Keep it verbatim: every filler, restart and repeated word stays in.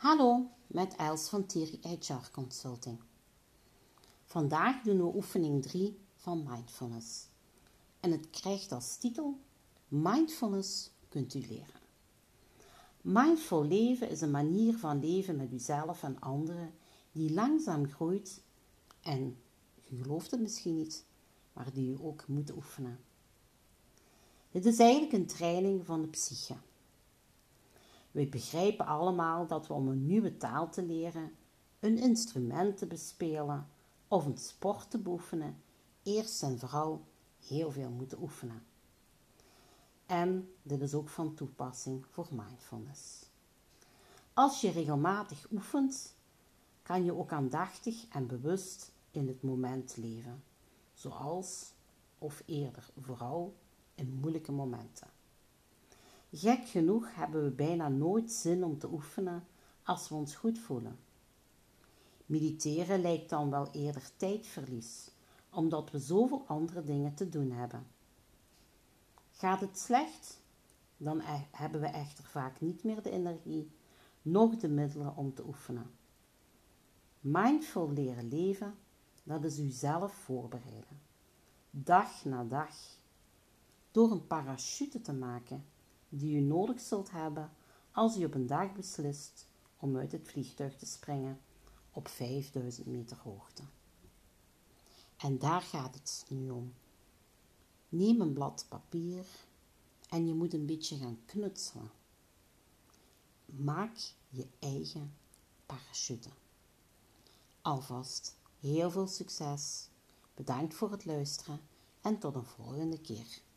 Hallo, met Els van Thierry H R Consulting. Vandaag doen we oefening drie van Mindfulness. En het krijgt als titel Mindfulness kunt u leren. Mindful leven is een manier van leven met uzelf en anderen die langzaam groeit en, u gelooft het misschien niet, maar die u ook moet oefenen. Dit is eigenlijk een training van de psyche. We begrijpen allemaal dat we om een nieuwe taal te leren, een instrument te bespelen of een sport te beoefenen, eerst en vooral heel veel moeten oefenen. En dit is ook van toepassing voor mindfulness. Als je regelmatig oefent, kan je ook aandachtig en bewust in het moment leven, zoals, of eerder vooral, in moeilijke momenten. Gek genoeg hebben we bijna nooit zin om te oefenen als we ons goed voelen. Mediteren lijkt dan wel eerder tijdverlies, omdat we zoveel andere dingen te doen hebben. Gaat het slecht? Dan hebben we echter vaak niet meer de energie, noch de middelen om te oefenen. Mindful leren leven, dat is uzelf voorbereiden. Dag na dag. Door een parachute te maken die u nodig zult hebben als u op een dag beslist om uit het vliegtuig te springen op vijfduizend meter hoogte. En daar gaat het nu om. Neem een blad papier en je moet een beetje gaan knutselen. Maak je eigen parachute. Alvast heel veel succes. Bedankt voor het luisteren en tot een volgende keer.